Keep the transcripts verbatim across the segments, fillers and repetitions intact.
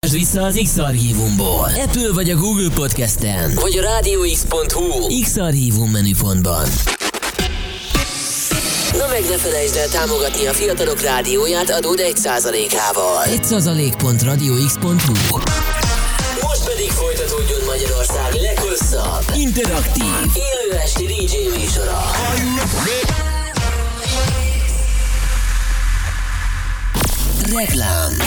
Vissza az X-Archívumból. Apple vagy a Google Podcasten, vagy a rádióx pont hu X-Archívum menüpontban. Na meg ne felejtsd el támogatni a Fiatalok Rádióját adód egy százalékával. egy százalék pont rádióx pont hu. Most pedig folytatódjon Magyarország leghosszabb, interaktív, élő esti dé dzsé műsora. Reklám.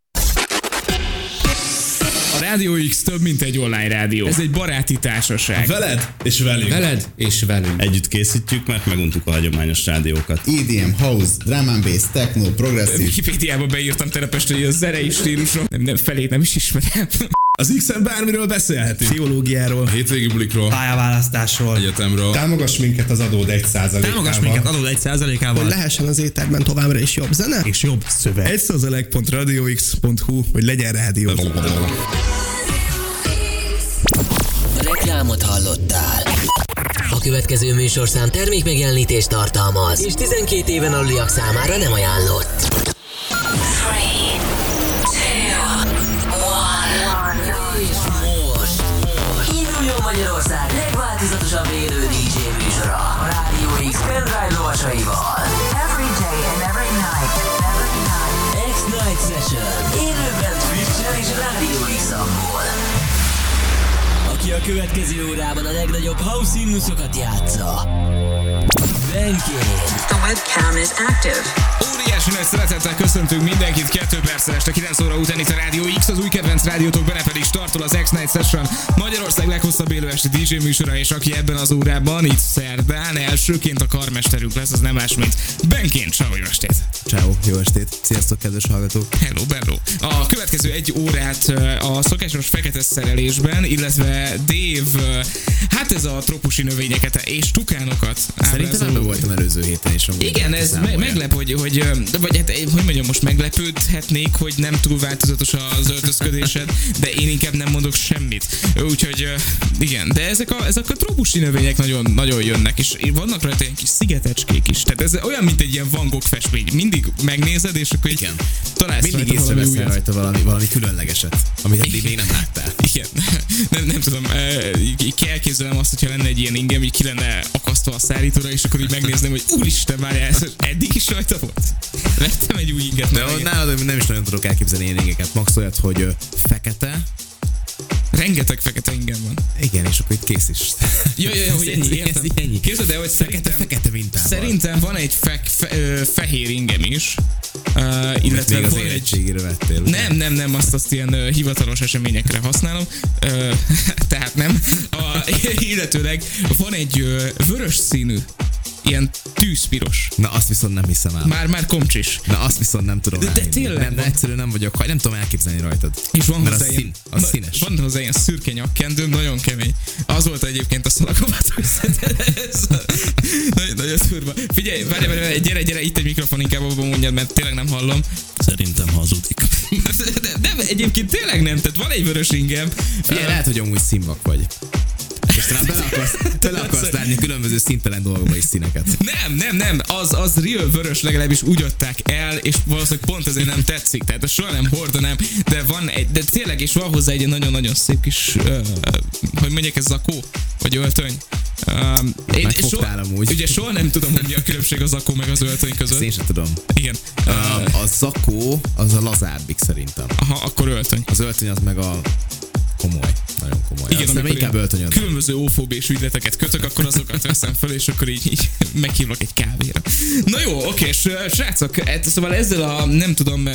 A Rádió X több, mint egy online rádió. Ez egy baráti társaság. Veled és velünk. Veled és velünk. Együtt készítjük, mert meguntuk a hagyományos rádiókat. é dé em, house, drum and bass, techno, progresszív. Wikipédiába beírtam telepest, hogy a zenei stílusom. Nem, nem, felét nem is ismerem. Az X-en bármiről beszélhetünk. Pszichológiáról, hétvégi bulikról, pályaválasztásról, egyetemről. Támogass minket az adód egy százalékával. Támogass minket adód egy százalékával. Hogy lehessen az éterben továbbra is jobb zene és jobb szöveg. egy százalék pont rádióx pont hu, hogy legyen rádió. Reklámot hallottál. A következő műsorszám termékmegjelenítést tartalmaz, és tizenkét éven aluliak számára nem ajánlott. És most induljon Magyarország legváltozatosabb élő dé dzsé műsora a Rádió X pendrive lovasaival. Every day and every night, every night. X-Night Session. Élőben Twitch-en és Rádió X-amból. Aki a következő órában a legnagyobb house himnuszokat játsza. Benként. The webcam is active. Óriási nagy szeretettel köszöntünk mindenkit kettő perccel este kilenc óra után itt a Rádió X, az új kedvenc rádiótok, benne pedig startol az X-Night Session, Magyarország leghosszabb élő esti dé dzsé műsora, és aki ebben az órában, itt szerdán elsőként a karmesterünk lesz, az nem más, mint Benként. Ciao, jó estét! Ciao, jó estét! Sziasztok, kedves hallgatók! Hello, Benno! A következő egy órát a szokásos fekete szerelésben, illetve Dave, hát ez a trópusi növényeket és tukánokat. Szerintem nem voltam előző héten is. Igen, ez me- meglep, hogy, hogy, vagy hát, hogy mondjam, most meglepődhetnék, hogy nem túl változatos az öltözködésed, de én inkább nem mondok semmit. Úgyhogy igen, de ezek a, ezek a trópusi növények nagyon, nagyon jönnek, és vannak rajta ilyen kis szigetecskék is. Tehát ez olyan, mint egy ilyen Van Gogh festmény. Mindig megnézed, és akkor igen, találsz mindig rajta valami újat. rajta valami, valami különlegeset, amit eddig még nem láttál. Igen, nem, nem tudom, így elképzelem azt, hogyha lenne egy ilyen ingem, így ki lenne akasztva a szárítóra, és akkor így megnézném, hogy úristen, várjál, ez eddig is rajta volt? Vettem egy új inget. De nálad nem is nagyon tudok elképzelni ilyen ingeket. Max olyat, hogy fekete. Rengeteg fekete ingem van. Igen, és akkor itt kész is. Jó, jó, jó, hogy ennyi, értem. Képzeld el, hogy szerintem, fekete mintával. Szerintem van egy fe, fe, ö, fehér ingem is. Uh, illetve még az van érettségére vettél. Nem, nem, nem, azt azt ilyen uh, hivatalos eseményekre használom. Uh, tehát nem. A, illetőleg van egy uh, vörös színű, ilyen tűzpiros. Na azt viszont nem hiszem el. Már, már komcsis. Na azt viszont nem tudom De, de tényleg nem, de egyszerűen nem vagyok, nem tudom elképzelni rajtad. És van mert hozzá az, ilyen, szín, az na, színes. Van hozzá ilyen szürke nyakkendőm, nagyon kemény. Az volt egyébként a szalagomat, hogy nagyon, nagyon turva. Figyelj, várj, várj, várj, gyere, gyere, itt egy mikrofon, inkább abban mondjad, mert tényleg nem hallom. Szerintem hazudik. De, de, de egyébként tényleg nem, tehát van egy vörös ingem. Figyelj, lehet, hogy amúgy színvak vagy. És talán bele akarsz, bele akarsz látni különböző szintelen dolgokba is színeket. Nem, nem, nem, az, az real vörös, legalábbis úgy adták el, és valószínűleg pont ezért nem tetszik, tehát ezt soha nem hordanám, de van egy, de tényleg, és van hozzá egy nagyon-nagyon szép kis, uh, hogy mondják, ez zakó, vagy öltöny. Uh, én Megfogtál so, amúgy. Ugye soha nem tudom, hogy mi a különbség a zakó meg az öltöny között. Ezt én sem tudom. Igen. Uh, a zakó az a lazábbik szerintem. Aha, akkor öltöny. Az öltöny az meg a komoly, nagyon komoly. Igen, amikor inkább öltönyön. Különböző ófóbés ügyleteket kötök, akkor azokat veszem fel, és akkor így, így meghívlak egy kávéra. Na jó, oké, és srácok, szóval ezzel a, nem tudom,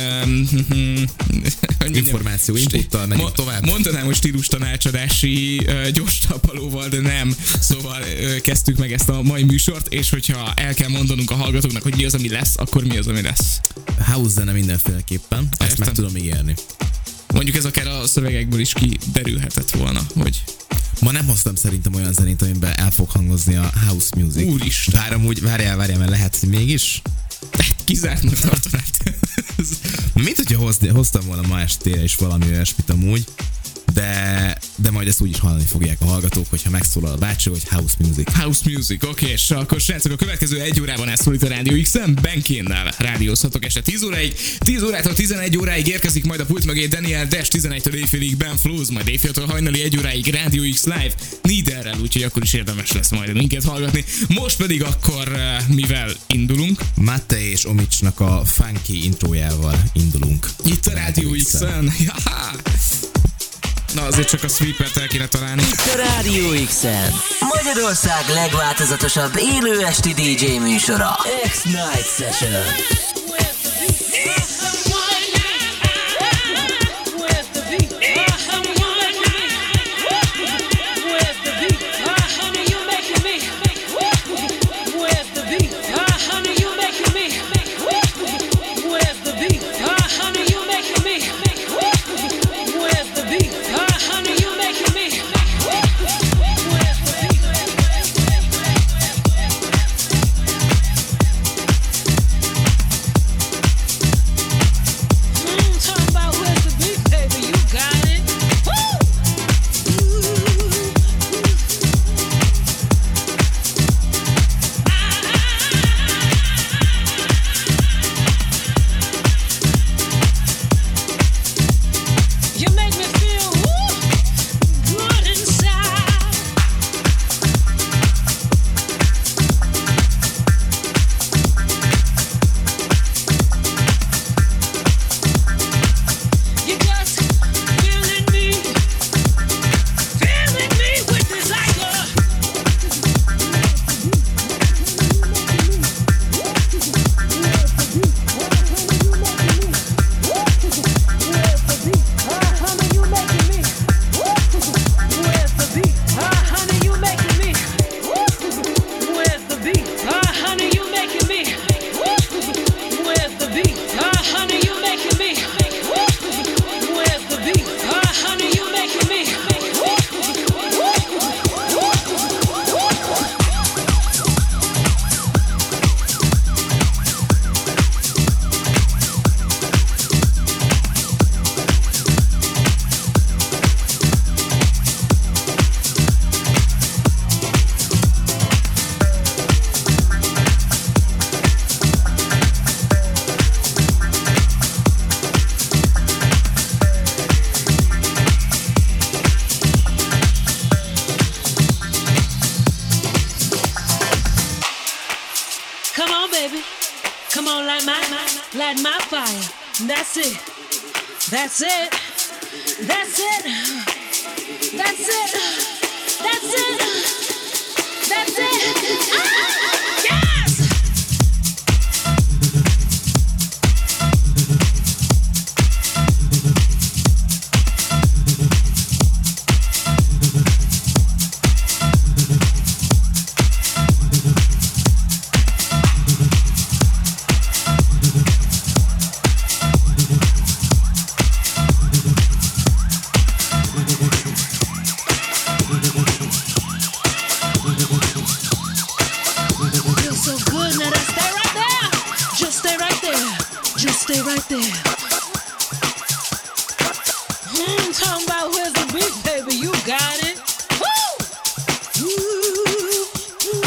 információ inputtal megyünk ma, tovább. Mondanám, hogy stílus tanácsadásí gyors talpalóval, de nem. Szóval kezdtük meg ezt a mai műsort, és hogyha el kell mondanunk a hallgatóknak, hogy mi az, ami lesz, akkor mi az, ami lesz. House zene mindenféleképpen, azt Értem. meg tudom ígérni. Mondjuk ez akár a szövegekből is kiderülhetett volna, hogy... Ma nem hoztam szerintem olyan zenét, amiben el fog hangozni a house music. Úristen. Bár amúgy, várjál, várjál, mert lehet, hogy mégis. Kizártnak tartanád. Mint hogyha hozni, hoztam volna ma estére is valami olyasmit amúgy. de, de majd ezt úgy is hallani fogják a hallgatók, hogyha megszólal a bácsi, hogy house music. House music, oké, okay, és akkor srácok, a következő egy órában elszólít a Rádió X-en, Benkénnel rádiózhatok este tíz óráig, tíz órától tizenegy óráig érkezik majd a pult mögé Daniel Dash, tizenegytől éjfélig Ben Flows, majd éjféltől hajnali egy óráig Rádió X Live Niederrel, úgyhogy akkor is érdemes lesz majd minket hallgatni. Most pedig akkor, mivel indulunk? Matte és Omicsnak a funky intrójával indulunk. Itt a Rádió X-en. Na azért csak a sweepert el kéne találni. Itt a Rádió X-en Magyarország legváltozatosabb élő esti dé dzsé műsora, X-Night Session. That's it. That's it. That's it. That's it. That's it. That's it. Ah! Yes! Stay right there. Hmm, talking about where's the beat, baby? You got it. Woo! Ooh. Ooh.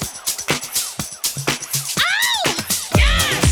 Oh! Yes!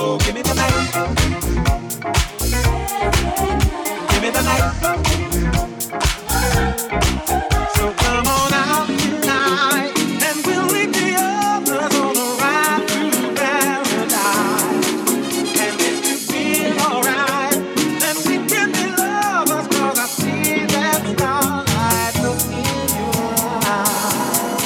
So give me the night. Give me the night. So come on out tonight, and we'll leave the others on the ride to paradise. And if you feel alright, then we can be lovers, 'cause I see that starlight look in your eyes.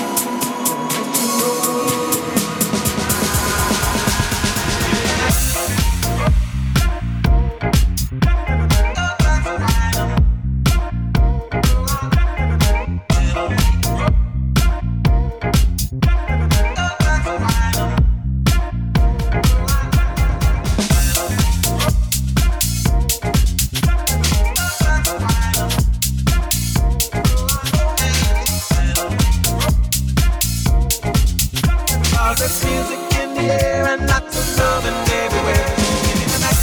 Cause there's music in the air and lots of loving everywhere. Give me the night.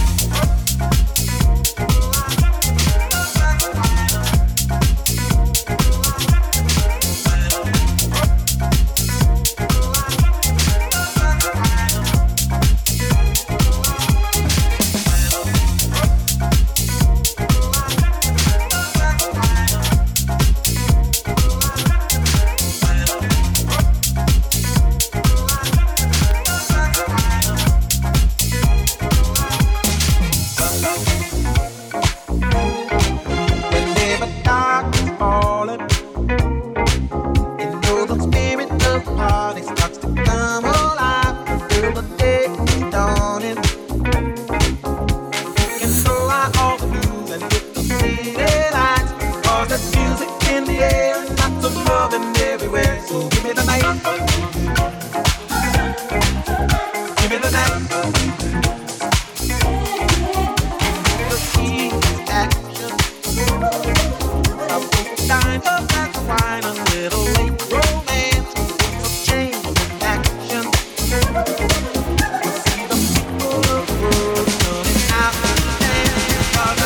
Whenever dark is falling, you know the spirit of the party starts to come alive. Till the day is dawning, you can throw out all the blues and hit the city lights. 'Cause there's music in the air and lots of loving everywhere. So give me the night. Give me the night. The key is action. A dime of that wine, a little late romance, a change of action. You see the people of the world coming out to dance. 'Cause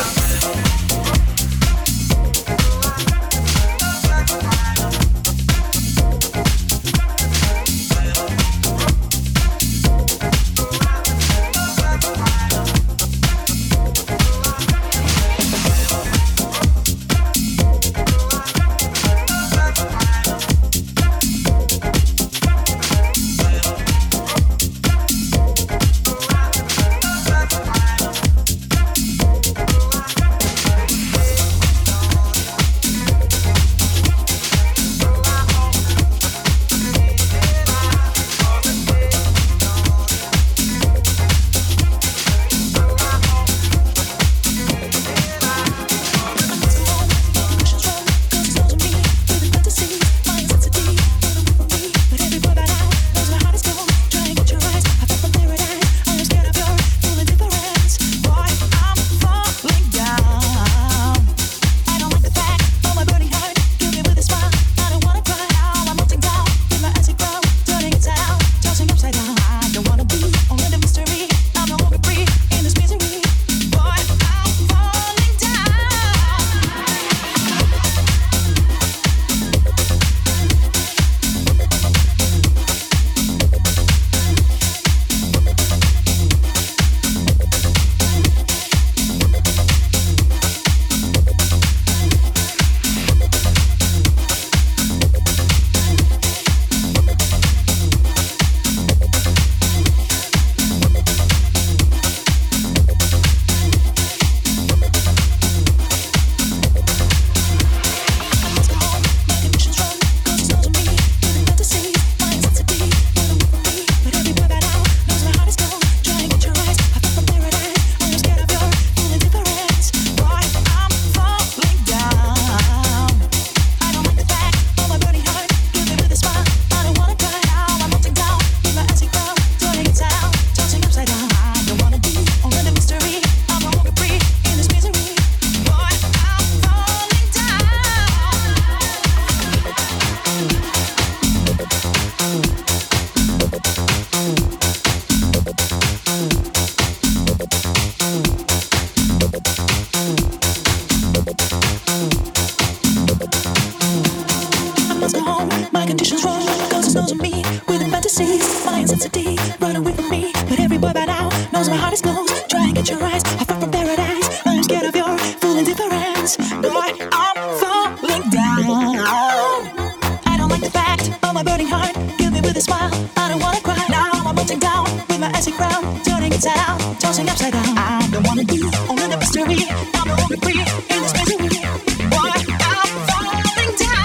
My conditions wrong, cause it knows me with a fantasy, my intensity, run away from me. But every boy by now knows my heart is closed. Try and get your eyes. I fell from paradise. I'm scared of your full indifference. Boy, I'm falling down. I don't like the fact of my burning heart. Kill me with a smile. I don't wanna cry. Now I'm melting down with my acid crown, turning inside out, tossing upside down. I don't wanna be only the mystery. I'm the only free in this misery. Boy, I'm falling down.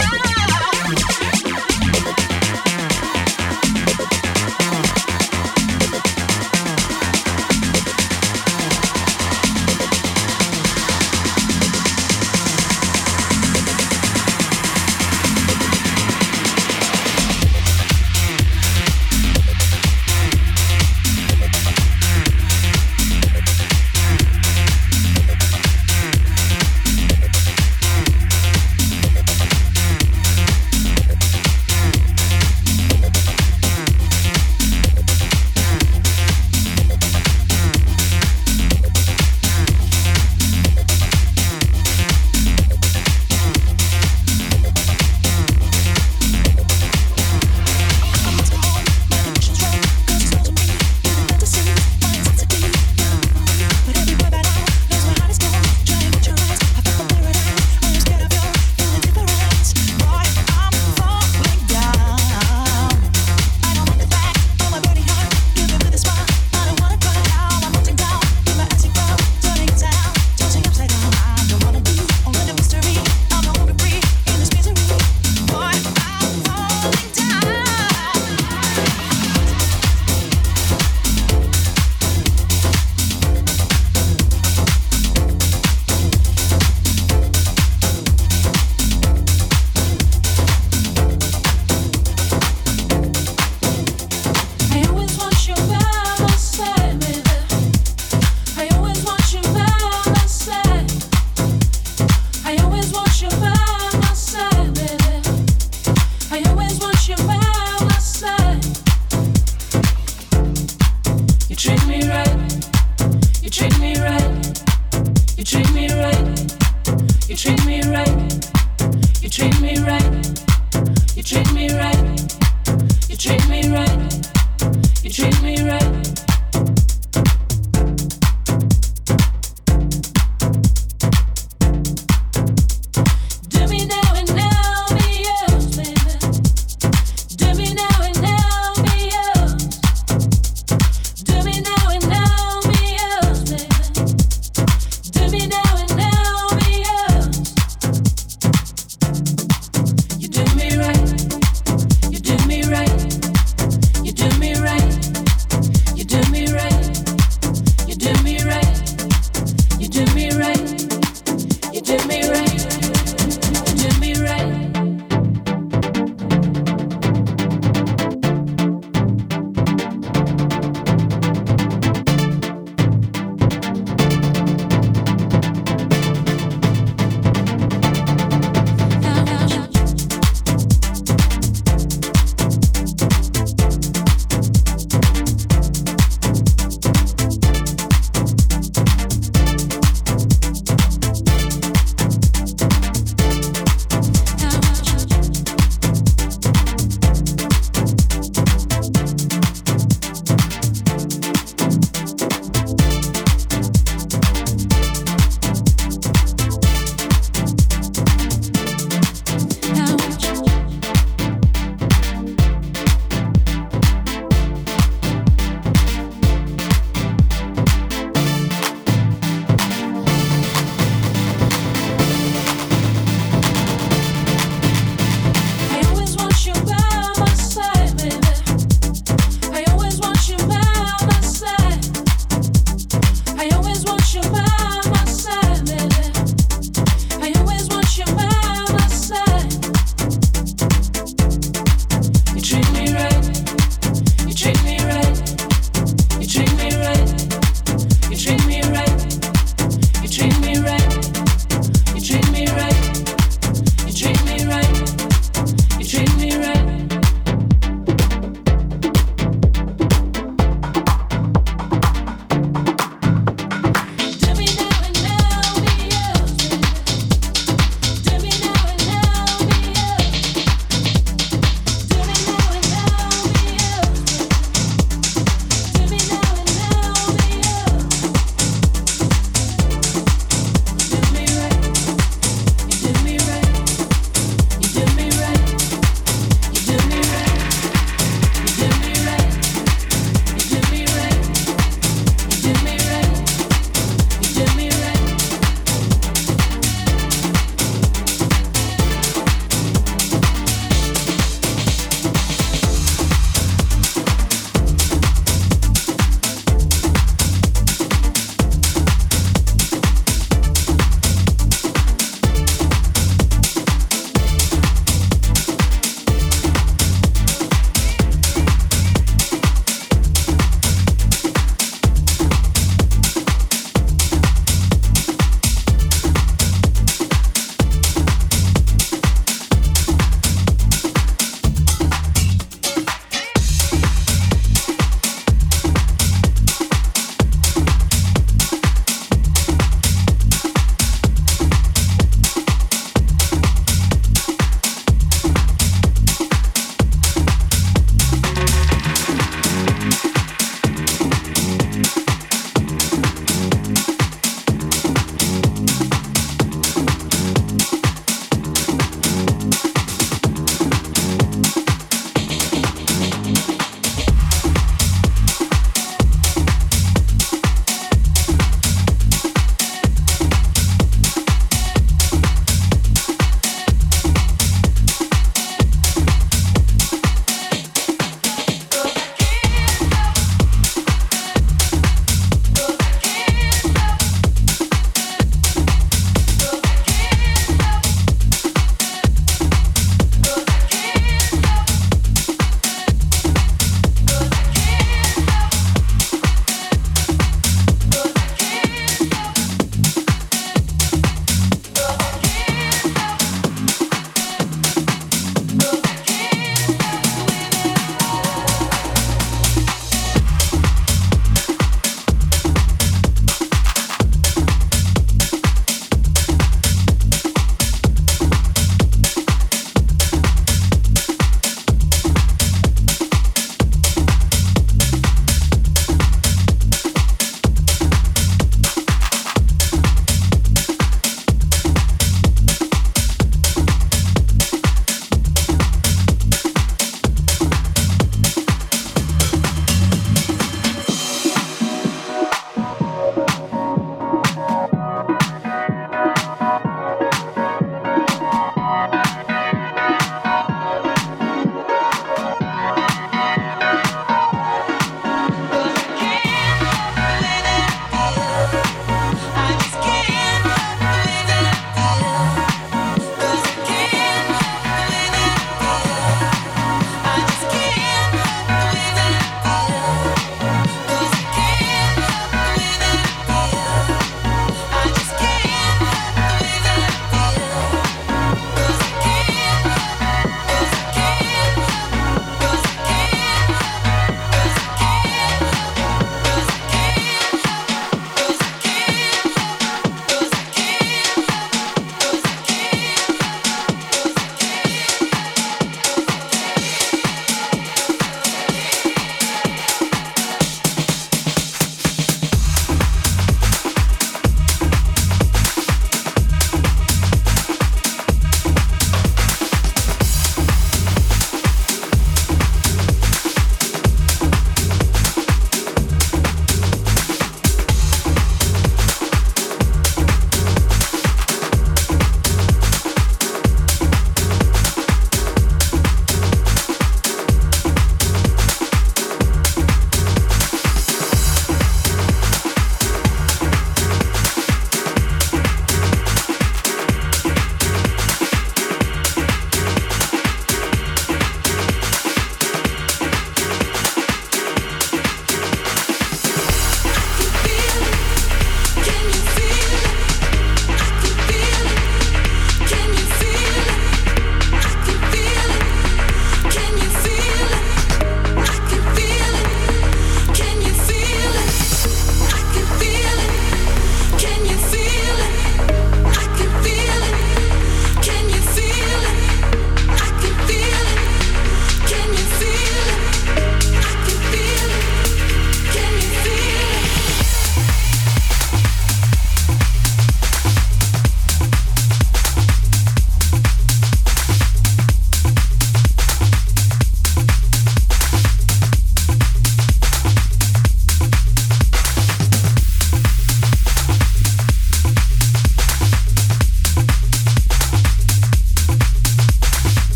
You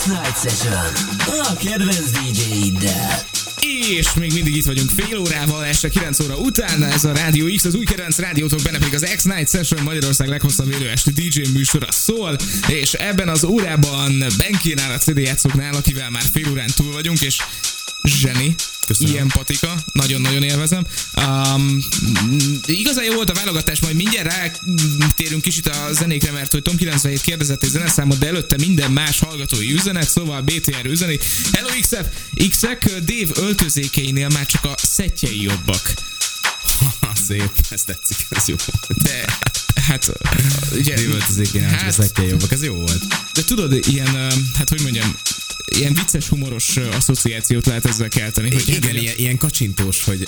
X-Night Session. A kedvenc dé dzseiddel. És még mindig itt vagyunk fél órával, este kilenc óra után, ez a Rádió X, az új kedvenc rádiótok, benne pedig az X-Night Session, Magyarország leghosszabb élő esti dé dzsé műsora szól, és ebben az órában Benkénál, a cé dé játszóknál, akivel már fél órán túl vagyunk, és zseni. Köszönöm. Ilyen patika, nagyon-nagyon élvezem. Um, igazán jó volt a válogatás, majd mindjárt rátérünk kicsit a zenékre, mert hogy Tom kilencvenhét kérdezett egy zeneszámot, de előtte minden más hallgatói üzenet, szóval bé té er üzeni. Hello X F, X-ek, Dave öltözékeinél már csak a szettjei jobbak. Szép, ez tetszik, ez jó volt. De hát ugye... Dave öltözékeinél hát, csak a szettjei jobbak, ez jó volt. De tudod, ilyen, hát hogy mondjam, ilyen vicces, humoros asszociációt lehet ezzel kelteni. Hogy igen, ilyen, ilyen kacsintós, hogy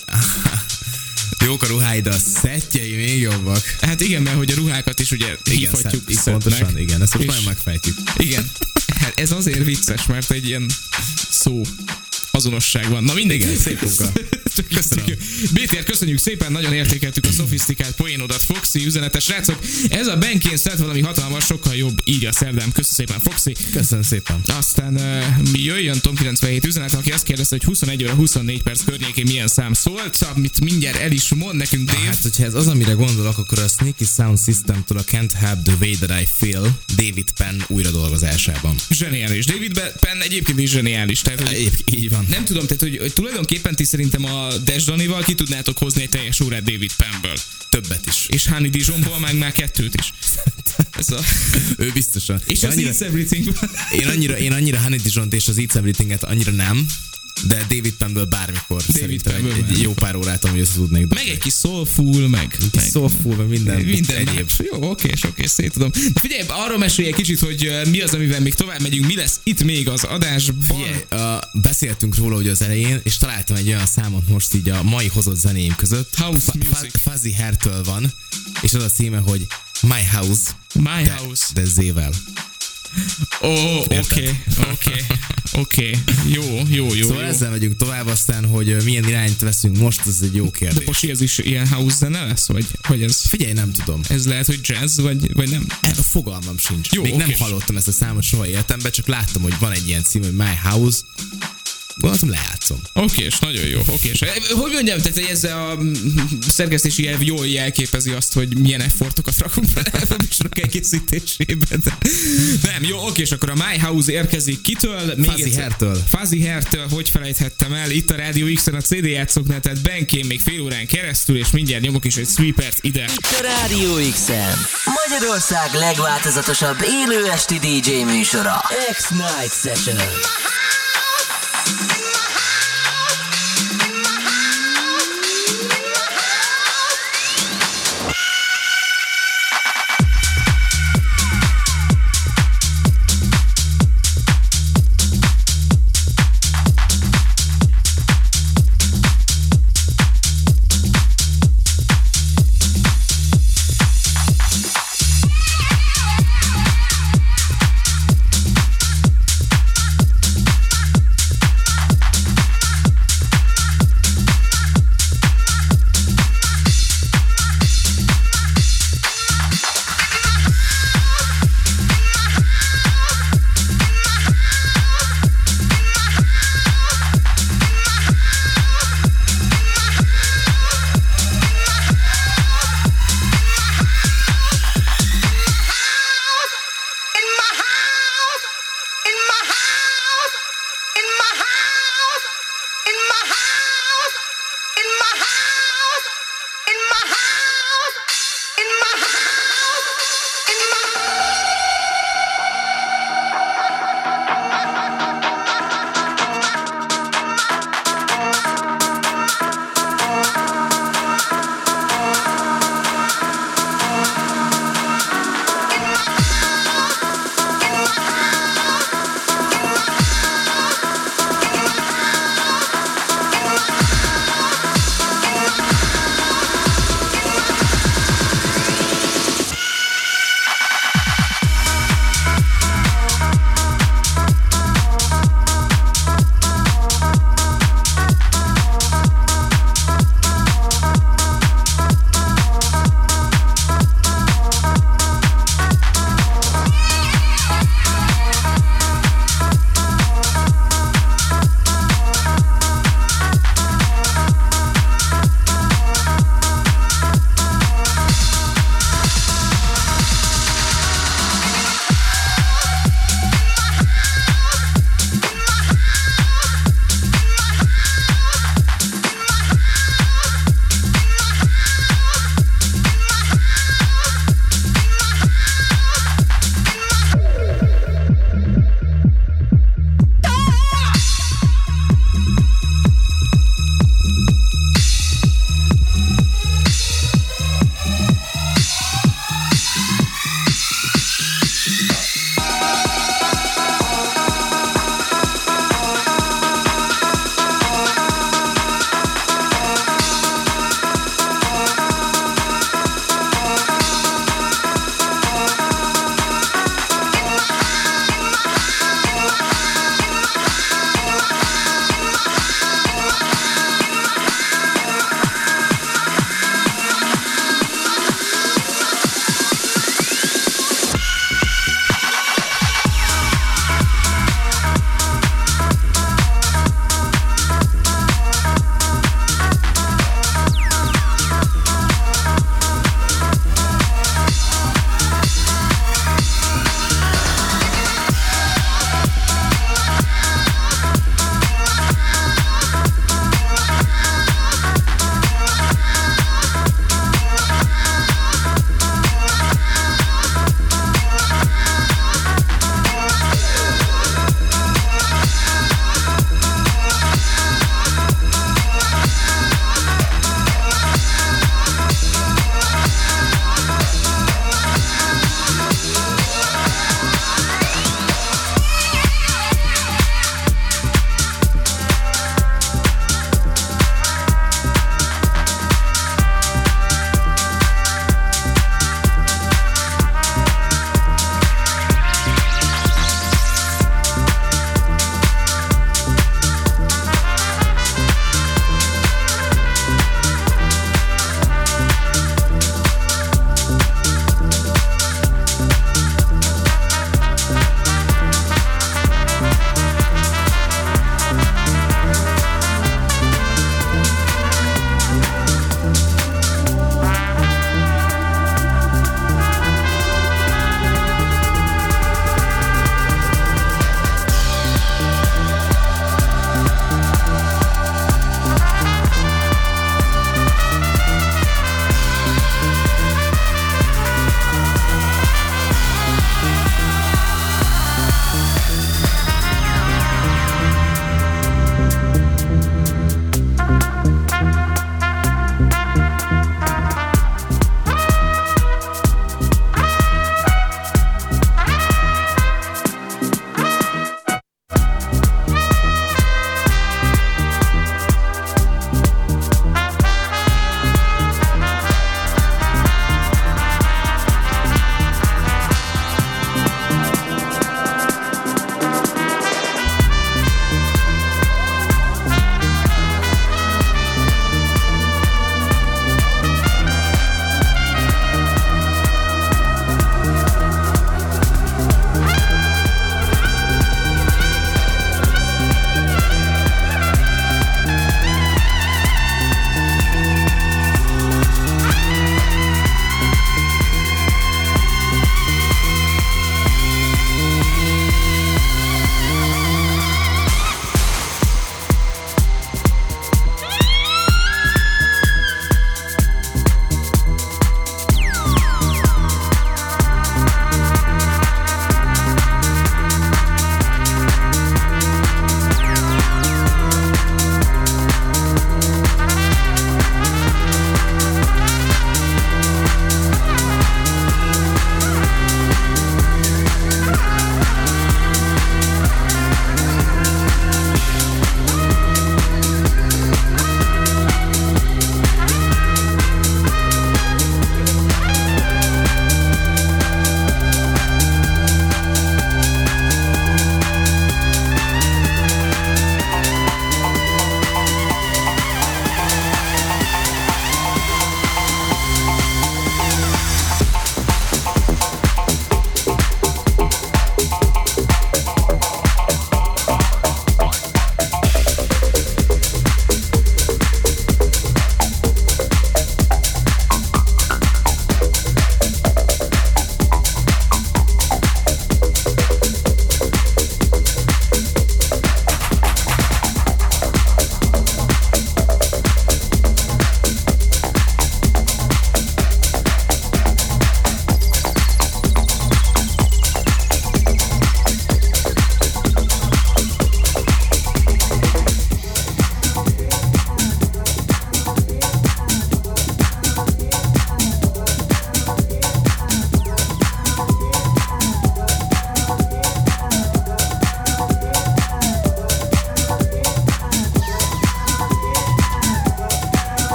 jók a ruháid, a szettjei még jobbak. Hát igen, mert hogy a ruhákat is ugye hívhatjuk igen, pontosan, igen, ezt most nagyon megfejtjük. Igen, hát ez azért vicces, mert egy ilyen szó azonosság van. Na mindegy. Igen, szép munka. Köszönöm. bé té er, köszönjük szépen, nagyon értékeltük a szofisztikált poénodat, Foxy üzenetes srácok. Ez a Benkén szeret valami hatalmas, sokkal jobb, így a szerdám. Köszönöm szépen, Foxy. Köszönöm szépen. Aztán uh, jöjjön Tom kilencvenhét üzenet, aki azt kérdezte, hogy huszonegy óra huszonnégy perc környékén milyen szám szólt, amit mindjárt el is mond nekünk, Dave. Hát, hogyha ez az, amire gondolok, akkor a Sneaky Sound System-től a Can't Help the Way That I Feel David Penn újradolgozásában. Zseniális. David Penn egyébként is zseniális. Tehát, hogy Épp, így van. Nem tudom, tehát, hogy, hogy tulajdonképpen ti szerintem a Dash Danival ki tudnátok hozni egy teljes órát David Pennből. Többet is. És Honey Dijonból meg már kettőt is. Ez a... ő biztosan. És az annyira, It's Everything. én, annyira, én annyira Honey Dijont és az It's Everything-et annyira nem, de David Pennből bármikor David szerintem Pennből egy, egy jó pár órát, amúgy össze tudnék dobni. Meg egy kis soulful, meg... meg soulful, meg minden, minden egyéb. Más. Jó, oké, oké, szét tudom. De figyelj, arról mesélj egy kicsit, hogy mi az, amivel még tovább megyünk, mi lesz itt még az adásban. Figyelj, uh, beszéltünk róla ugye az elején, és találtam egy olyan számot most így a mai hozott zenéim között. House music. Fuzzy Hair-től van, és az a címe, hogy My House. My de, House. De zével. Ó, oké, oké, oké, jó, jó, jó. Szóval jó. ezzel megyünk tovább, aztán, hogy milyen irányt veszünk most, ez egy jó kérdés. De Bosi, ez is ilyen house zene lesz, vagy, vagy ez... Figyelj, nem tudom. Ez lehet, hogy jazz, vagy, vagy nem? E, fogalmam sincs. Jó, Még oké. nem hallottam ezt a számot soha életemben, csak láttam, hogy van egy ilyen cím, hogy My House. Gondoltam, lejátszom. Oké, és nagyon jó, oké. És hogy mondjam, tehát hogy ez a szerkesztési elv jól jelképezi azt, hogy milyen effortokat rakunk fel a műsorok elkészítésében. Nem, jó, oké, és akkor a My House érkezik kitől? Fuzzy Hair-től. Fuzzy Hair-től, hogy felejthettem el, itt a Rádió X-en a cé dé játszóknál, tehát Benkén még fél órán keresztül, és mindjárt nyomok is egy sweepert ide. Itt a Rádió X-en, Magyarország legváltozatosabb élő esti dé dzsé műsora, X-Night Session.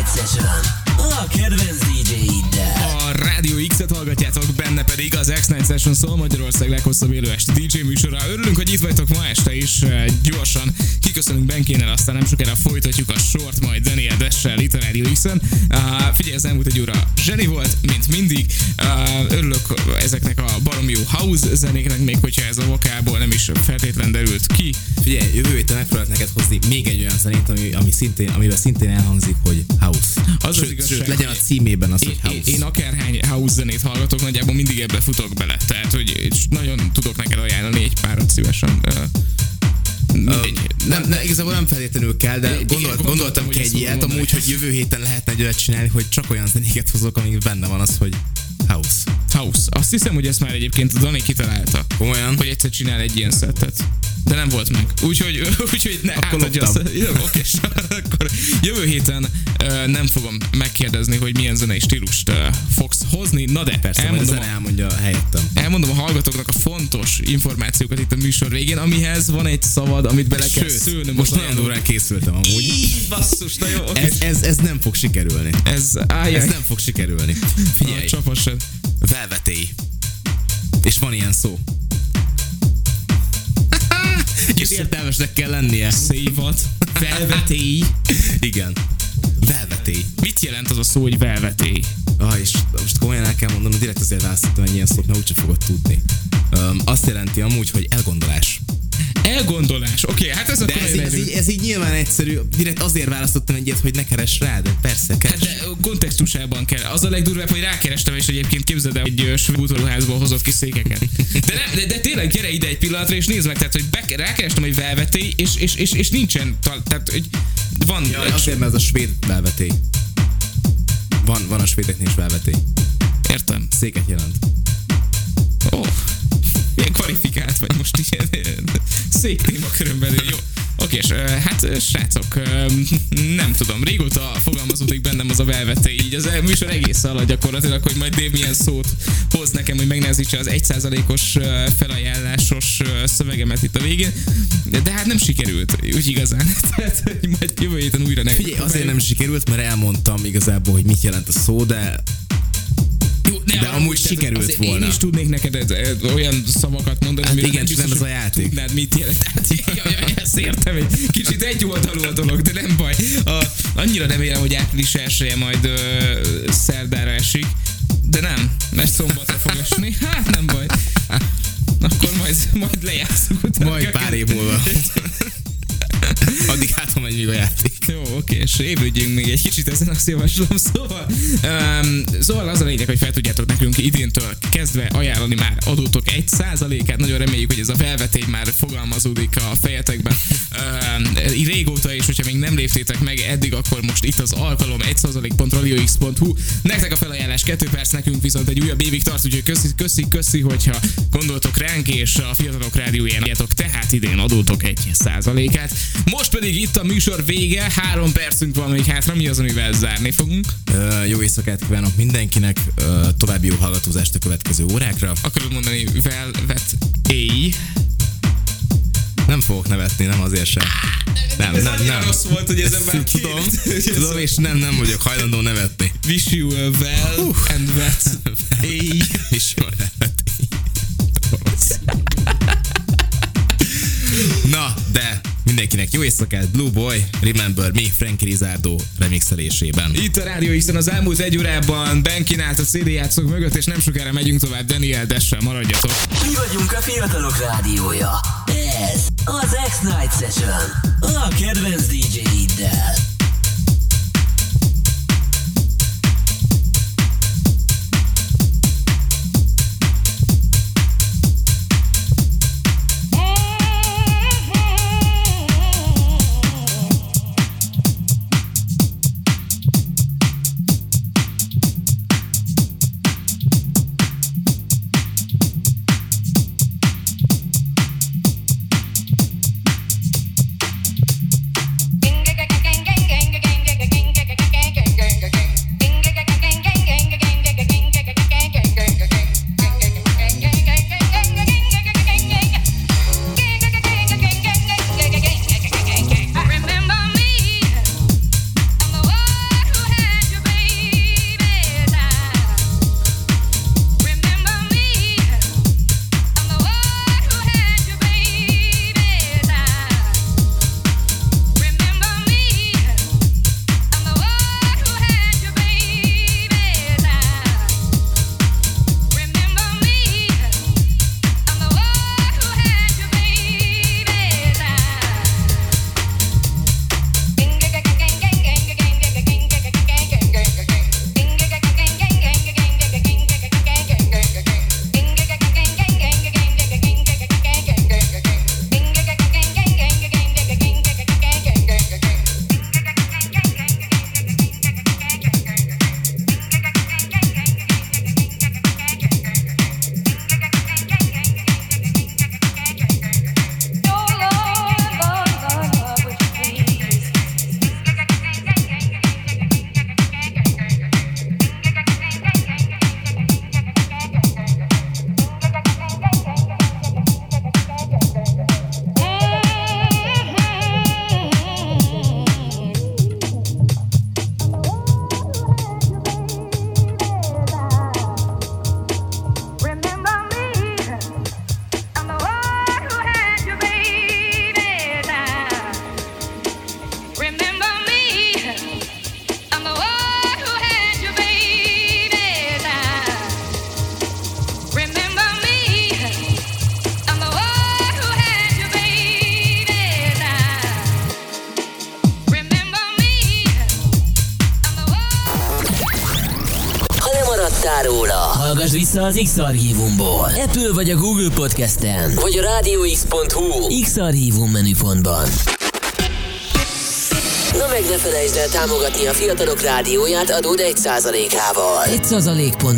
Session. A kedvenc dé dzseiddel. A Rádió X-et hallgatjátok, benne pedig az X-Night Session szól, Magyarország leghosszabb élő esti dé dzsé műsora. Örülünk, hogy itt vagytok ma este is. Gyorsan kiköszönünk Benkénel, aztán nem sokára folytatjuk a sort majd Daniel Dessel itt a Rádió X-en. Uh, figyelj, az elmúlt egy óra zseni volt, mint mindig. Uh, örülök ezeknek a baromi jó house zenéknek, még hogyha ez a vokából nem is feltétlen derült ki. Figyelj, jövő héten megpróbálok neked hozni még egy olyan zenét, ami, ami szintén, amivel szintén elhangzik, hogy house. Az sőt, az igazság, sőt, legyen a címében az, hogy house. Én, én akárhány house zenét hallgatok, nagyjából mindig ebbe futok bele. Tehát, hogy nagyon tudok neked ajánlani egy párat szívesen. Mindegy. Uh, nem, nem, igazából nem feltétlenül kell, de igen, gondolt, gondoltam, gondoltam ki egy ilyet, amúgy, hogy jövő héten lehetne egy olyat csinálni, hogy csak olyan zenéket hozok, amik benne van az, hogy house. House. Azt hiszem, hogy ezt már egyébként a Dani kitalálta. Komolyan? Hogy egyszer csinál egy ilyen szettet. De nem volt meg. Úgyhogy, úgyhogy ne átadja azt. Jó, oké, akkor jövő héten uh, nem fogom megkérdezni, hogy milyen zenei stílust uh, fogsz hozni. Na de, persze, elmondom, a, elmondja helyettem. Elmondom a hallgatóknak a fontos információkat itt a műsor végén, amihez van egy szavad, amit bele kell Sőt, szőnöm. most nagyon durán készültem amúgy. Így, basszus, na jó, okay. ez, ez, ez nem fog sikerülni. Ez, ájjaj. ez nem fog sikerülni. Figyelj, csapassad. Velvetély. És van ilyen szó. És értelmesnek kell lennie. Szévad. Velvetély. Igen. Velvetély. Mit jelent az a szó, hogy velvetély? Ah, és most komolyan el kell mondanom, direkt azért választottam egy ilyen szót, mert úgyse fogod tudni. Um, azt jelenti amúgy, hogy elgondolás. Elgondolás, oké, okay, hát ez de ez, ez, így, ez így nyilván egyszerű, direkt azért választottam egyet, hogy ne keres rá, de persze, keres. Hát de kontextusában kell. Az a legdurvább, hogy rákerestem, és egyébként képzeld el, hogy svéd bútorházból hozott ki székeket. De, nem, de, de tényleg gyere ide egy pillanatra, és nézd meg, tehát, hogy be, rákerestem, hogy velvetély, és, és, és, és nincsen, tehát, hogy van... Ja, azért, mert ez a svéd velvetély. Van, van a svédeknél is velvetély. Értem. Széket jelent. Ó. Oh. Ilyen kvalifikált vagy most ilyen szék témakörön belül. Jó. Oké, és hát srácok, nem tudom, régóta fogalmazódik bennem az a velvetély, így az műsor egész alatt gyakorlatilag, hogy majd Dave milyen szót hoz nekem, hogy megnehezítse az egy százalékos felajánlásos szövegemet itt a végén, de hát nem sikerült, úgy igazán. Tehát, hogy majd jövő héten újra ne. Figyelj, azért nem sikerült, mert elmondtam igazából, hogy mit jelent a szó, de De, de amúgy sikerült volna. Én is tudnék neked ez, ez, olyan szavakat mondani, hát amire igen, nem biztos, nem ez a játék. Tudnád, mit jelent. Hát, jaj, jaj, ezt értem, egy kicsit egy oldalú a dolog, de nem baj. A, annyira remélem, hogy április elsője majd ö, szerdára esik, de nem, mert szombatra fog esni. Hát nem baj. Akkor majd, majd lejátszunk utána. Majd pár év múlva. Addig hátra megy még a játék. Jó, oké, és évődjünk még egy kicsit ezen, azt javaslom. Szóval, um, szóval az a lényeg, hogy fel tudjátok nekünk idéntől kezdve ajánlani már adótok egy százalékát. Nagyon reméljük, hogy ez a felvetély már fogalmazódik a fejetekben um, régóta, és hogyha még nem léptétek meg eddig, akkor most itt az alkalom egy százalék pont radio x pont hu. Nektek a felajánlás kettő perc, nekünk viszont egy újabb évig tart, úgyhogy köszi, köszi, köszi, hogyha gondoltok ránk, és a Fiatalok Rádióján adjátok, tehát idén adótok egy százalékát. Most pedig itt a műsor vége, három percünk van még hátra, mi az, amivel zárni fogunk? Uh, jó éjszakát kívánok mindenkinek, uh, további jó hallgatózást a következő órákra. Akarod mondani velvet éj? Nem fogok nevetni, nem azért sem. Nem, ez nem, nem. rossz volt, hogy ezen már tudom, tudom, és nem, nem vagyok hajlandó nevetni. Wish you a well uh. and wet éj. Wish you a well. Na, de mindenkinek jó éjszakát, Blue Boy, Remember Me, Frankie Rizzardo remixelésében. Itt a Rádió X-en az elmúlt egy órában Ben kínált a cé dé játszók mögött, és nem sokára megyünk tovább Daniel Dessel, maradjatok. Mi vagyunk a Fiatalok Rádiója. Ez az X-Night Session. A kedvenc dé dzseiddel. Gang, gang, gang, gang, gang. hallottál róla, hallgass vissza az X-Archívumból. Apple vagy a Google Podcasten, vagy a rádió x pont hu X-Archívum menüpontban. Na meg ne felejtsd el támogatni a Fiatalok Rádióját adód egy százalékával. egy százalék pont